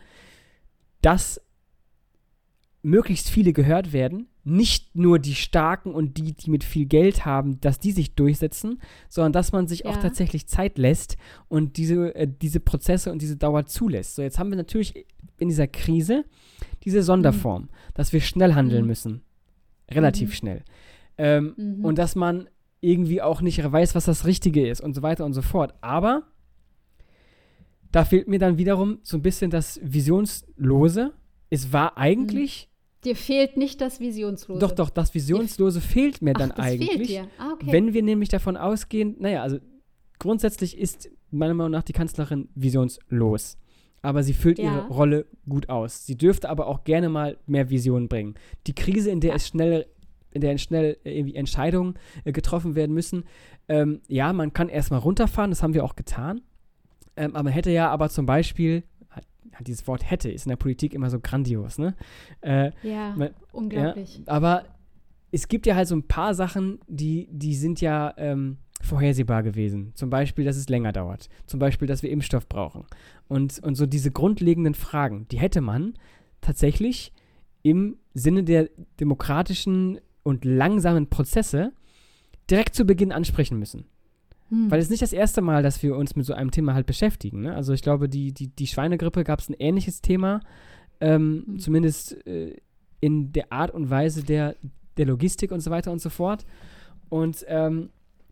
dass möglichst viele gehört werden, nicht nur die Starken und die, die mit viel Geld haben, dass die sich durchsetzen, sondern dass man sich auch Ja. tatsächlich Zeit lässt und diese, äh, diese Prozesse und diese Dauer zulässt. So, jetzt haben wir natürlich in dieser Krise diese Sonderform, dass wir schnell handeln Mhm. müssen. Relativ Mhm. schnell. Ähm, Mhm. Und dass man irgendwie auch nicht weiß, was das Richtige ist und so weiter und so fort. Aber da fehlt mir dann wiederum so ein bisschen das Visionslose. Es war eigentlich, Dir fehlt nicht das Visionslose. doch, doch, das Visionslose fehlt mir Ach, dann das fehlt eigentlich. dir. Ah, okay. Wenn wir nämlich davon ausgehen, naja, also grundsätzlich ist meiner Meinung nach die Kanzlerin visionslos. Aber sie füllt Ja. ihre Rolle gut aus. Sie dürfte aber auch gerne mal mehr Visionen bringen. Die Krise, in der Ja. es schnell, in der schnell irgendwie Entscheidungen äh, getroffen werden müssen, ähm, ja, man kann erstmal runterfahren, das haben wir auch getan. Ähm, aber man hätte ja aber zum Beispiel, hat, hat dieses Wort hätte, ist in der Politik immer so grandios, ne? Äh, ja, man- unglaublich. ja, aber es gibt ja halt so ein paar Sachen, die, die sind ja ähm, vorhersehbar gewesen. Zum Beispiel, dass es länger dauert. Zum Beispiel, dass wir Impfstoff brauchen. Und, und so diese grundlegenden Fragen, die hätte man tatsächlich im Sinne der demokratischen und langsamen Prozesse direkt zu Beginn ansprechen müssen. Hm. Weil es ist nicht das erste Mal, dass wir uns mit so einem Thema halt beschäftigen. Ne? Also ich glaube, die, die, die Schweinegrippe gab es ein ähnliches Thema, ähm, Mhm. zumindest äh, in der Art und Weise der, der Logistik und so weiter und so fort. Und ähm,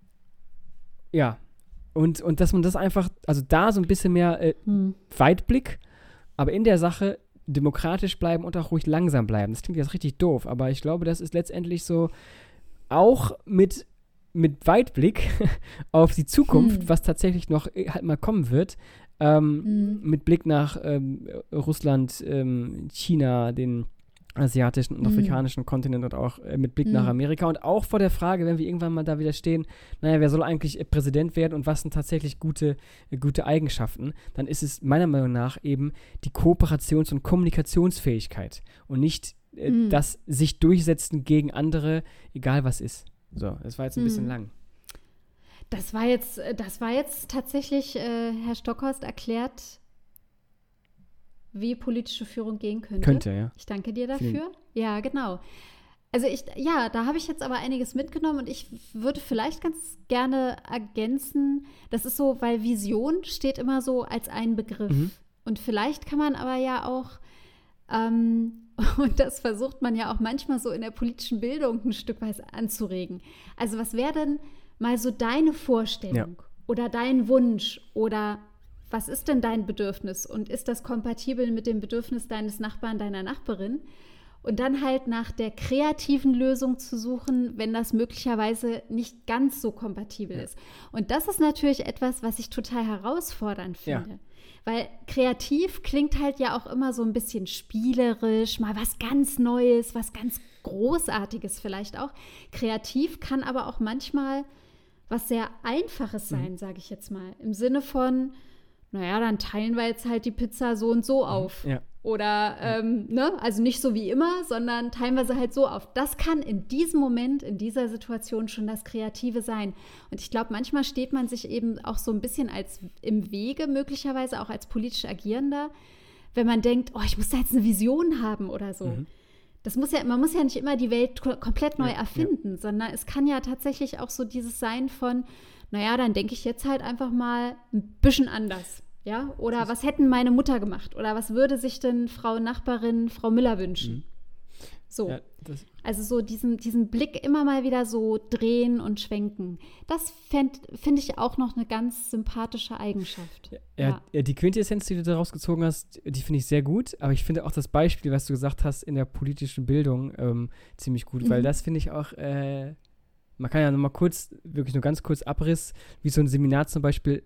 ja, und, und dass man das einfach, also da so ein bisschen mehr äh, Hm. Weitblick, aber in der Sache demokratisch bleiben und auch ruhig langsam bleiben. Das klingt jetzt richtig doof, aber ich glaube, das ist letztendlich so auch mit, mit Weitblick auf die Zukunft, Hm. was tatsächlich noch äh, halt mal kommen wird, ähm, Hm. mit Blick nach ähm, Russland, ähm, China, den asiatischen und Mhm. afrikanischen Kontinent und auch äh, mit Blick Mhm. nach Amerika und auch vor der Frage, wenn wir irgendwann mal da wieder stehen, naja, wer soll eigentlich äh, Präsident werden und was sind tatsächlich gute, äh, gute Eigenschaften, dann ist es meiner Meinung nach eben die Kooperations- und Kommunikationsfähigkeit und nicht äh, Mhm. das sich durchsetzen gegen andere, egal was ist. So, das war jetzt ein Mhm. bisschen lang. Das war jetzt, äh, das war jetzt tatsächlich, äh, Herr Stockhorst erklärt, wie politische Führung gehen könnte. Könnte, ja. Ich danke dir Vielen- dafür. Ja, genau. Also ich, ja, da habe ich jetzt aber einiges mitgenommen und ich würde vielleicht ganz gerne ergänzen, das ist so, weil Vision steht immer so als ein Begriff. Mhm. Und vielleicht kann man aber ja auch, ähm, und das versucht man ja auch manchmal so in der politischen Bildung ein Stück weit anzuregen. Also was wäre denn mal so deine Vorstellung Ja. oder dein Wunsch oder was ist denn dein Bedürfnis und ist das kompatibel mit dem Bedürfnis deines Nachbarn, deiner Nachbarin? Und dann halt nach der kreativen Lösung zu suchen, wenn das möglicherweise nicht ganz so kompatibel Ja. ist. Und das ist natürlich etwas, was ich total herausfordernd Ja. finde. Weil kreativ klingt halt ja auch immer so ein bisschen spielerisch, mal was ganz Neues, was ganz Großartiges vielleicht auch. Kreativ kann aber auch manchmal was sehr Einfaches sein, sage ich jetzt mal. Im Sinne von, naja, dann teilen wir jetzt halt die Pizza so und so auf. Ja. Oder, ähm, ne, also nicht so wie immer, sondern teilen wir sie halt so auf. Das kann in diesem Moment, in dieser Situation schon das Kreative sein. Und ich glaube, manchmal steht man sich eben auch so ein bisschen als im Wege, möglicherweise auch als politisch Agierender, wenn man denkt, oh, ich muss da jetzt eine Vision haben oder so. Mhm. Das muss ja, man muss ja nicht immer die Welt ko- komplett neu Ja, erfinden, sondern es kann ja tatsächlich auch so dieses sein von, naja, dann denke ich jetzt halt einfach mal ein bisschen anders. Ja, oder was hätten meine Mutter gemacht? Oder was würde sich denn Frau Nachbarin, Frau Müller wünschen? Mhm. So, Ja, das, also so diesen, diesen Blick immer mal wieder so drehen und schwenken. Das finde ich auch noch eine ganz sympathische Eigenschaft. ja, ja. Die Quintessenz, die du daraus gezogen hast, die finde ich sehr gut. Aber ich finde auch das Beispiel, was du gesagt hast in der politischen Bildung, ähm, ziemlich gut. Weil Mhm. das finde ich auch, äh, man kann ja noch mal kurz, wirklich nur ganz kurz Abriss, wie so ein Seminar zum Beispiel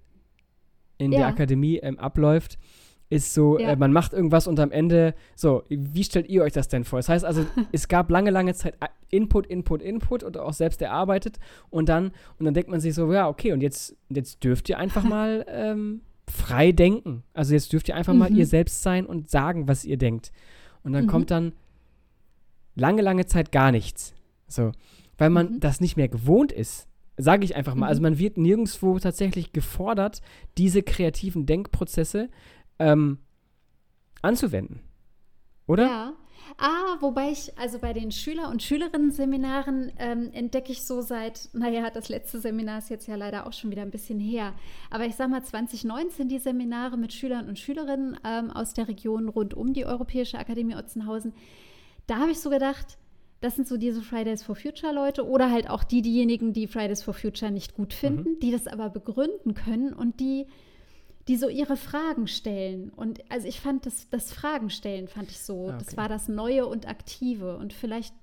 in Ja. der Akademie ähm, abläuft, ist so, Ja. äh, man macht irgendwas und am Ende, so, wie stellt ihr euch das denn vor? Das heißt also, es gab lange, lange Zeit äh, Input, Input, Input und auch selbst erarbeitet und dann, und dann denkt man sich so, ja, okay, und jetzt, jetzt dürft ihr einfach mal ähm, frei denken. Also jetzt dürft ihr einfach mal Mhm. ihr selbst sein und sagen, was ihr denkt. Und dann Mhm. kommt dann lange, lange Zeit gar nichts. So, weil man Mhm. das nicht mehr gewohnt ist. Sage ich einfach mal. Mhm. Also man wird nirgendwo tatsächlich gefordert, diese kreativen Denkprozesse ähm, anzuwenden. Oder? Ja. Ah, wobei ich, also bei den Schüler- und Schülerinnen-Seminaren ähm, entdecke ich so seit, naja, das letzte Seminar ist jetzt ja leider auch schon wieder ein bisschen her. Aber ich sag mal, zwanzig neunzehn die Seminare mit Schülern und Schülerinnen ähm, aus der Region rund um die Europäische Akademie Otzenhausen, da habe ich so gedacht, das sind so diese Fridays for Future Leute oder halt auch die, diejenigen, die Fridays for Future nicht gut finden, Mhm. die das aber begründen können und die, die so ihre Fragen stellen. Und also ich fand das, das Fragen stellen fand ich so, Ah, das okay. war das Neue und Aktive und vielleicht,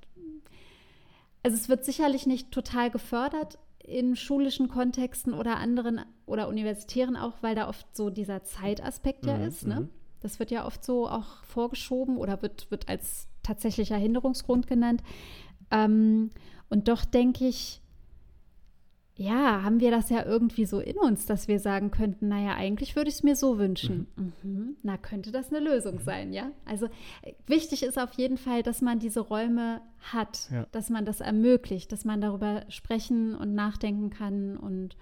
also es wird sicherlich nicht total gefördert in schulischen Kontexten oder anderen oder universitären auch, weil da oft so dieser Zeitaspekt ja Mhm, ist, ne? mhm. Das wird ja oft so auch vorgeschoben oder wird, wird als tatsächlicher Hinderungsgrund genannt. Ähm, und doch denke ich, ja, haben wir das ja irgendwie so in uns, dass wir sagen könnten, naja, eigentlich würde ich es mir so wünschen. Mhm. Na, könnte das eine Lösung sein, ja? Also äh, wichtig ist auf jeden Fall, dass man diese Räume hat, Ja. dass man das ermöglicht, dass man darüber sprechen und nachdenken kann und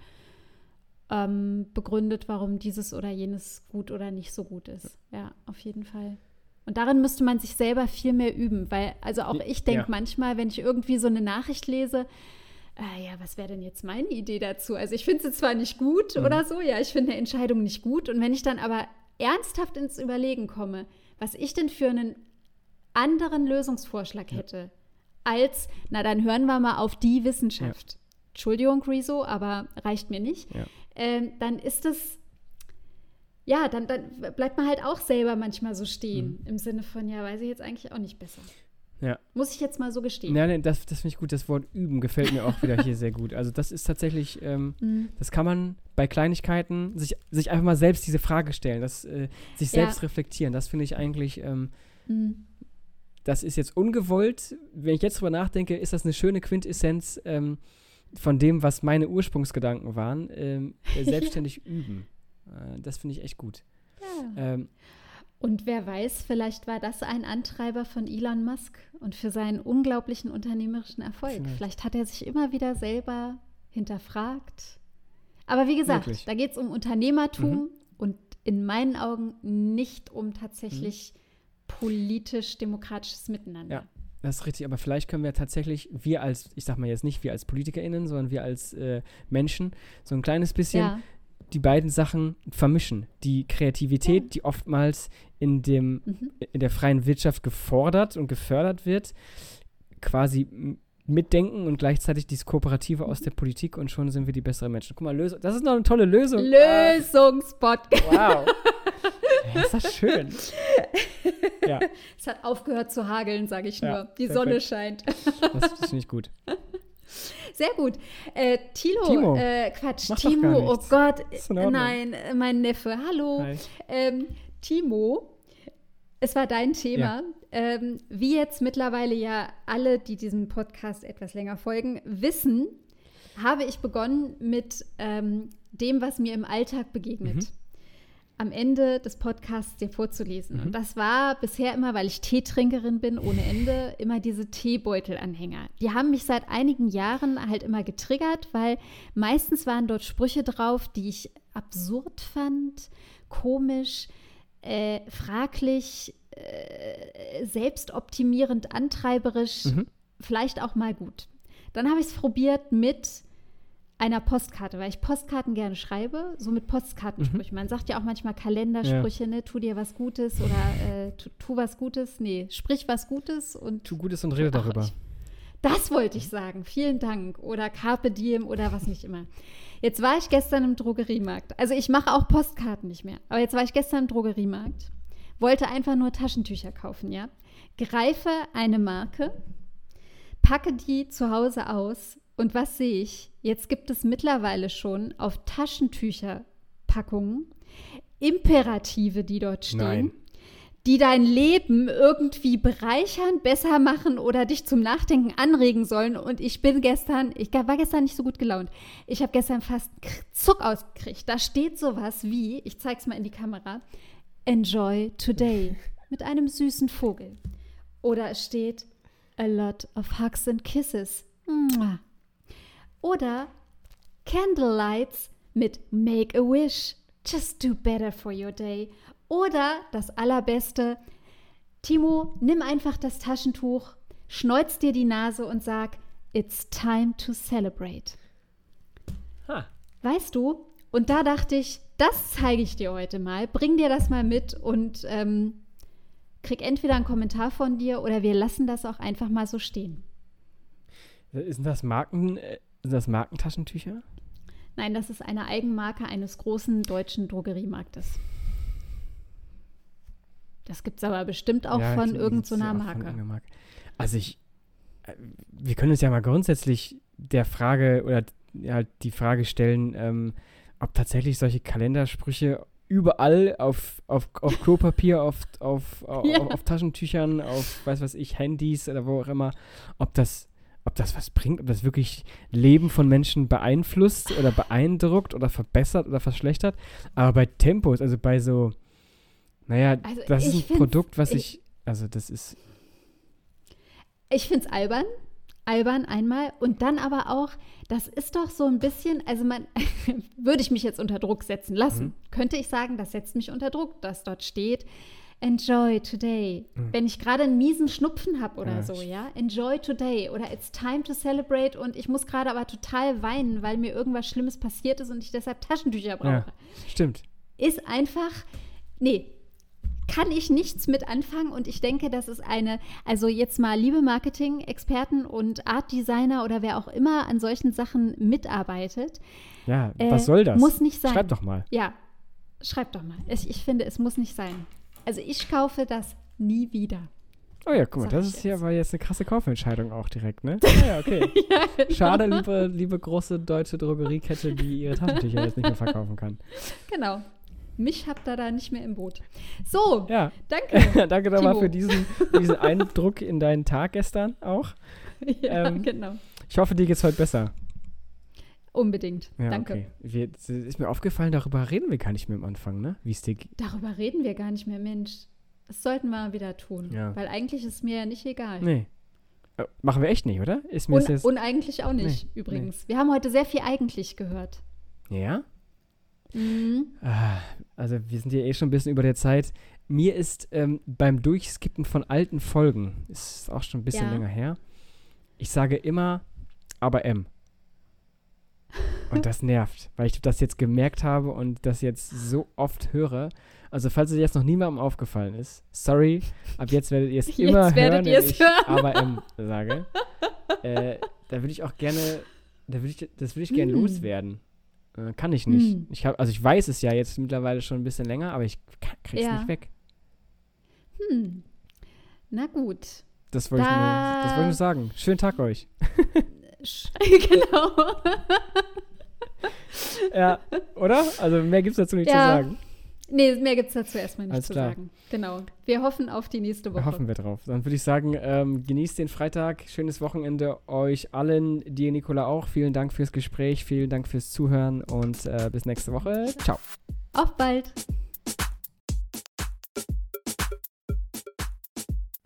ähm, begründet, warum dieses oder jenes gut oder nicht so gut ist. Ja, auf jeden Fall. Und darin müsste man sich selber viel mehr üben, weil, also auch ich denke Ja. manchmal, wenn ich irgendwie so eine Nachricht lese, äh, ja, was wäre denn jetzt meine Idee dazu? Also ich finde sie zwar nicht gut Mhm. oder so, ja, ich finde eine Entscheidung nicht gut. Und wenn ich dann aber ernsthaft ins Überlegen komme, was ich denn für einen anderen Lösungsvorschlag hätte, als, na dann hören wir mal auf die Wissenschaft. Entschuldigung, Rezo, aber reicht mir nicht. Ja. Ähm, dann ist es, ja, dann, dann bleibt man halt auch selber manchmal so stehen. Mhm. Im Sinne von, ja, weiß ich jetzt eigentlich auch nicht besser. Ja. Muss ich jetzt mal so gestehen. Ja, nee, das, das finde ich gut. Das Wort üben gefällt mir auch wieder hier sehr gut. Also das ist tatsächlich, ähm, Mhm. das kann man bei Kleinigkeiten sich, sich einfach mal selbst diese Frage stellen, das, äh, sich Ja. selbst reflektieren. Das finde ich eigentlich, ähm, Mhm. das ist jetzt ungewollt. Wenn ich jetzt drüber nachdenke, ist das eine schöne Quintessenz ähm, von dem, was meine Ursprungsgedanken waren. Ähm, äh, selbstständig üben. Äh, das finde ich echt gut. Ja. Ähm, Und wer weiß, vielleicht war das ein Antreiber von Elon Musk und für seinen unglaublichen unternehmerischen Erfolg. Vielleicht. Vielleicht hat er sich immer wieder selber hinterfragt. Aber wie gesagt, Wirklich? da geht es um Unternehmertum Mhm. und in meinen Augen nicht um tatsächlich politisch-demokratisches Miteinander. Ja. Das ist richtig, aber vielleicht können wir tatsächlich, wir als, ich sag mal jetzt nicht wir als PolitikerInnen, sondern wir als äh, Menschen, so ein kleines bisschen Ja. die beiden Sachen vermischen. Die Kreativität, Ja. die oftmals in dem, Mhm. in der freien Wirtschaft gefordert und gefördert wird, quasi m- mitdenken und gleichzeitig dieses Kooperative aus der Politik und schon sind wir die besseren Menschen. Guck mal, Lösung, das ist noch eine tolle Lösung. Lösungspodcast. Ah, wow. Ja, ist das schön. Ja, Es hat aufgehört zu hageln, sage ich Ja, nur. Die perfekt. Sonne scheint. das, das finde ich gut. Sehr gut. Äh, Tilo, Timo. äh, Quatsch, Mach doch Timo, gar oh nichts. Gott, Ist in äh, Ordnung. nein, äh, mein Neffe, hallo. Hi. Ähm, Timo, es war dein Thema. Ähm, wie jetzt mittlerweile ja alle, die diesem Podcast etwas länger folgen, wissen, habe ich begonnen mit ähm, dem, was mir im Alltag begegnet. Mhm. Am Ende des Podcasts dir vorzulesen. Mhm. Und das war bisher immer, weil ich Teetrinkerin bin ohne Ende, immer diese Teebeutelanhänger. Die haben mich seit einigen Jahren halt immer getriggert, weil meistens waren dort Sprüche drauf, die ich absurd fand, komisch, äh, fraglich, äh, selbstoptimierend, antreiberisch, Mhm. vielleicht auch mal gut. Dann habe ich es probiert mit einer Postkarte, weil ich Postkarten gerne schreibe, so mit Postkartensprüchen. Man sagt ja auch manchmal Kalendersprüche, ne, tu dir was Gutes oder äh, tu, tu was Gutes, nee, sprich was Gutes und Tu Gutes und rede Ach, darüber. ich- das wollte ich sagen, vielen Dank oder Carpe Diem oder was nicht immer. Jetzt war ich gestern im Drogeriemarkt, also ich mache auch Postkarten nicht mehr, aber jetzt war ich gestern im Drogeriemarkt, wollte einfach nur Taschentücher kaufen, ja, greife eine Marke, packe die zu Hause aus und was sehe ich? Jetzt gibt es mittlerweile schon auf Taschentücherpackungen Imperative, die dort stehen, Nein. die dein Leben irgendwie bereichern, besser machen oder dich zum Nachdenken anregen sollen. Und ich bin gestern, ich war gestern nicht so gut gelaunt. Ich habe gestern fast einen Zuck ausgekriegt. Da steht sowas wie, ich zeig's mal in die Kamera, Enjoy today mit einem süßen Vogel. Oder es steht A lot of hugs and kisses. Mua. Oder Candlelights mit Make a wish. Just do better for your day. Oder das allerbeste, Timo, nimm einfach das Taschentuch, schneuz dir die Nase und sag, it's time to celebrate. Ha. Weißt du? Und da dachte ich, das zeige ich dir heute mal. Bring dir das mal mit und ähm, krieg entweder einen Kommentar von dir oder wir lassen das auch einfach mal so stehen. Sind das Marken, äh, sind das Markentaschentücher? Nein, das ist eine Eigenmarke eines großen deutschen Drogeriemarktes. Das gibt es aber bestimmt auch Ja, von die irgendeiner gibt's so ja auch von Marke. irgendeiner Marke. Also ich, äh, wir können uns ja mal grundsätzlich der Frage oder halt die Frage stellen, ähm, ob tatsächlich solche Kalendersprüche überall auf, auf, auf Klopapier, auf, auf, auf, Ja. auf, auf Taschentüchern, auf, weiß was ich, Handys oder wo auch immer, ob das, ob das was bringt, ob das wirklich Leben von Menschen beeinflusst oder beeindruckt oder verbessert oder verschlechtert. Aber bei Tempos, also bei so, naja, Also das ist ich ein find's- Produkt, was ich- ich, also das ist, Ich finde es albern. Albern einmal. Und dann aber auch, das ist doch so ein bisschen, also man, würde ich mich jetzt unter Druck setzen lassen, Mhm. könnte ich sagen, das setzt mich unter Druck, dass dort steht, enjoy today. Mhm. Wenn ich gerade einen miesen Schnupfen habe oder Ja, so, st- ja, enjoy today oder it's time to celebrate und ich muss gerade aber total weinen, weil mir irgendwas Schlimmes passiert ist und ich deshalb Taschentücher brauche. ja, stimmt. Ist einfach, nee, kann ich nichts mit anfangen und ich denke, das ist eine, also jetzt mal liebe Marketing-Experten und Art-Designer oder wer auch immer an solchen Sachen mitarbeitet. Ja, äh, was soll das? Muss nicht sein. Schreib doch mal. Ja, schreib doch mal. Ich, ich finde, es muss nicht sein. Also ich kaufe das nie wieder. Oh ja, guck mal, Sag das ich ist ja jetzt. aber jetzt eine krasse Kaufentscheidung auch direkt, ne? Ja, ja, okay. Ja, genau. Schade, liebe, liebe große deutsche Drogeriekette, die ihre Taschentücher jetzt nicht mehr verkaufen kann. Genau. Mich habt ihr da nicht mehr im Boot. So, Ja. danke. Danke nochmal Timo. für diesen, diesen Eindruck in deinen Tag gestern auch. Ja, Ähm, genau. Ich hoffe, dir geht's heute besser. Unbedingt. Ja, Danke. okay. Wir, es ist mir aufgefallen, darüber reden wir gar nicht mehr am Anfang, ne? Wie es dir geht. Darüber reden wir gar nicht mehr, Mensch. Das sollten wir wieder tun. Ja. Weil eigentlich ist mir ja nicht egal. Nee. Äh, Machen wir echt nicht, oder? Ist mir Und, das jetzt. und eigentlich auch nicht, Nee, übrigens. Wir haben heute sehr viel eigentlich gehört. Ja? Mhm. Ah, also, wir sind ja eh schon ein bisschen über der Zeit. Mir ist ähm, beim Durchskippen von alten Folgen, ist auch schon ein bisschen Ja. länger her, ich sage immer, aber M. Und das nervt, weil ich das jetzt gemerkt habe und das jetzt so oft höre. Also, falls es jetzt noch niemandem aufgefallen ist, sorry, ab jetzt werdet ihr es Jetzt immer werdet hören, ihr wenn es ich hören. aber M sage. äh, da würde ich auch gerne, da würde ich, das würde ich gerne Hm. loswerden. Äh, kann ich nicht. Hm. Ich hab, also, ich weiß es ja jetzt mittlerweile schon ein bisschen länger, aber ich kann- krieg's Ja. nicht weg. Hm. Na gut. Das wollte ich, nur- Da- das wollte ich nur sagen. Schönen Tag euch. Sch- genau. Ja, oder? Also, mehr gibt's dazu nicht Ja. zu sagen. Nee, mehr gibt es dazu erstmal nicht Alles zu klar. sagen. Genau. Wir hoffen auf die nächste Woche. Hoffen wir drauf. Dann würde ich sagen, ähm, genießt den Freitag. Schönes Wochenende euch allen. Dir, Nicola, auch. Vielen Dank fürs Gespräch. Vielen Dank fürs Zuhören und äh, bis nächste Woche. Ciao. Auf bald.